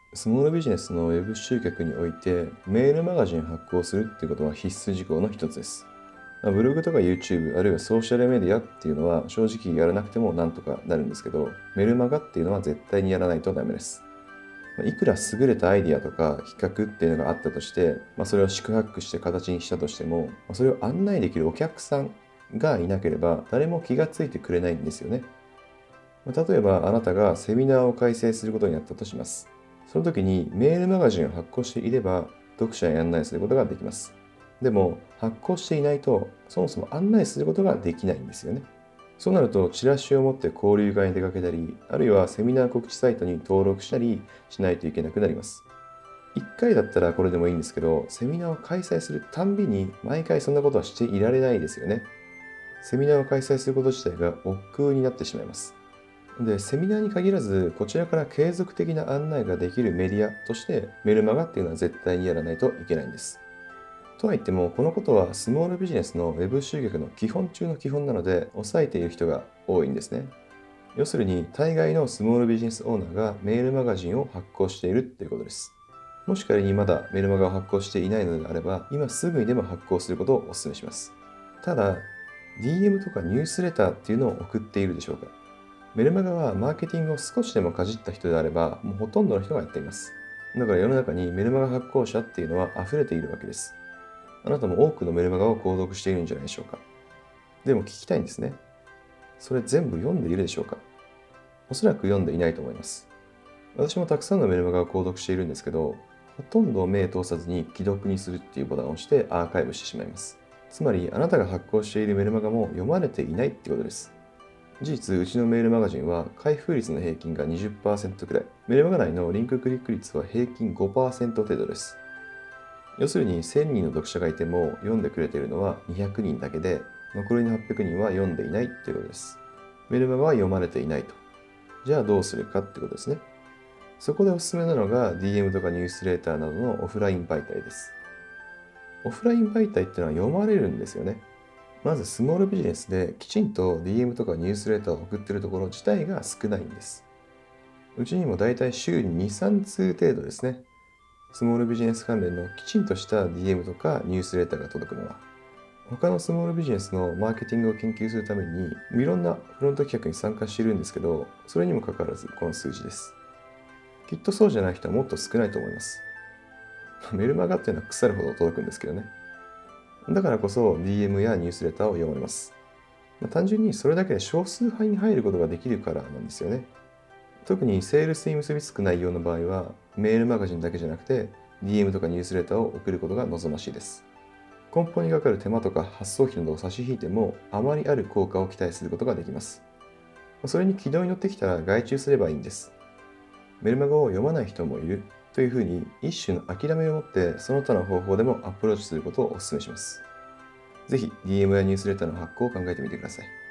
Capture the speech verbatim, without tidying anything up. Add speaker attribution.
Speaker 1: スモールビジネスのウェブ集客において、メールマガジン発行するっていうことは必須事項の一つです。まあブログとか YouTube、あるいはソーシャルメディアっていうのは正直やらなくてもなんとかなるんですけど、メルマガっていうのは絶対にやらないとダメです。まあいくら優れたアイディアとか企画っていうのがあったとして、まあ、それを四苦八苦して形にしたとしても、まあそれを案内できるお客さんがいなければ誰も気がついてくれないんですよね。まあ例えばあなたがセミナーを開催することになったとします。その時にメールマガジンを発行していれば読者に案内することができます。でも発行していないとそもそも案内することができないんですよね。そうなるとチラシを持って交流会に出かけたり、あるいはセミナー告知サイトに登録したりしないといけなくなります。いっかいだったらこれでもいいんですけど、セミナーを開催するたんびに毎回そんなことはしていられないですよね。セミナーを開催すること自体が億劫になってしまいます。で、セミナーに限らず、こちらから継続的な案内ができるメディアとしてメルマガっていうのは絶対にやらないといけないんです。とは言っても、このことはスモールビジネスのウェブ集客の基本中の基本なので、抑えている人が多いんですね。要するに、大概のスモールビジネスオーナーがメールマガジンを発行しているっていうことです。もし仮にまだメルマガを発行していないのであれば、今すぐにでも発行することをお勧めします。ただ、ディーエム とかニュースレターっていうのを送っているでしょうか？メルマガはマーケティングを少しでもかじった人であれば、もうほとんどの人がやっています。だから世の中にメルマガ発行者っていうのは溢れているわけです。あなたも多くのメルマガを購読しているんじゃないでしょうか。でも聞きたいんですね。それ全部読んでいるでしょうか？おそらく読んでいないと思います。私もたくさんのメルマガを購読しているんですけど、ほとんど目を通さずに既読にするっていうボタンを押してアーカイブしてしまいます。つまり、あなたが発行しているメルマガも読まれていないってことです。事実、うちのメールマガジンは開封率の平均がにじゅっパーセントくらい、メールマガ内のリンククリック率は平均ごパーセント程度です。要するにせんにんの読者がいても読んでくれているのはにひゃくにんだけで、残りのはっぴゃくにんは読んでいないっていうことです。メルマガは読まれていないと。じゃあどうするかってことですね。そこでおすすめなのが ディーエム とかニュースレーターなどのオフライン媒体です。オフライン媒体っていうのは読まれるんですよね。まずスモールビジネスできちんと ディーエム とかニュースレーターを送っているところ自体が少ないんです。うちにもだいたい週にに、さん通程度ですね。スモールビジネス関連のきちんとした ディーエム とかニュースレーターが届くのは、他のスモールビジネスのマーケティングを研究するためにいろんなフロント企画に参加しているんですけど、それにもかかわらずこの数字です。きっとそうじゃない人はもっと少ないと思います。メルマガっていうのは腐るほど届くんですけどね。だからこそ ディーエム やニュースレターを読まれます。まあ単純にそれだけで少数派に入ることができるからなんですよね。特にセールスに結びつく内容の場合は、メールマガジンだけじゃなくて、ディーエム とかニュースレターを送ることが望ましいです。梱包にかかる手間とか発送費などを差し引いても、あまりある効果を期待することができます。それに軌道に乗ってきたら外注すればいいんです。メルマガを読まない人もいるというふうに、一種の諦めを持ってその他の方法でもアプローチすることをお勧めします。ぜひ ディーエム やニュースレターの発行を考えてみてください。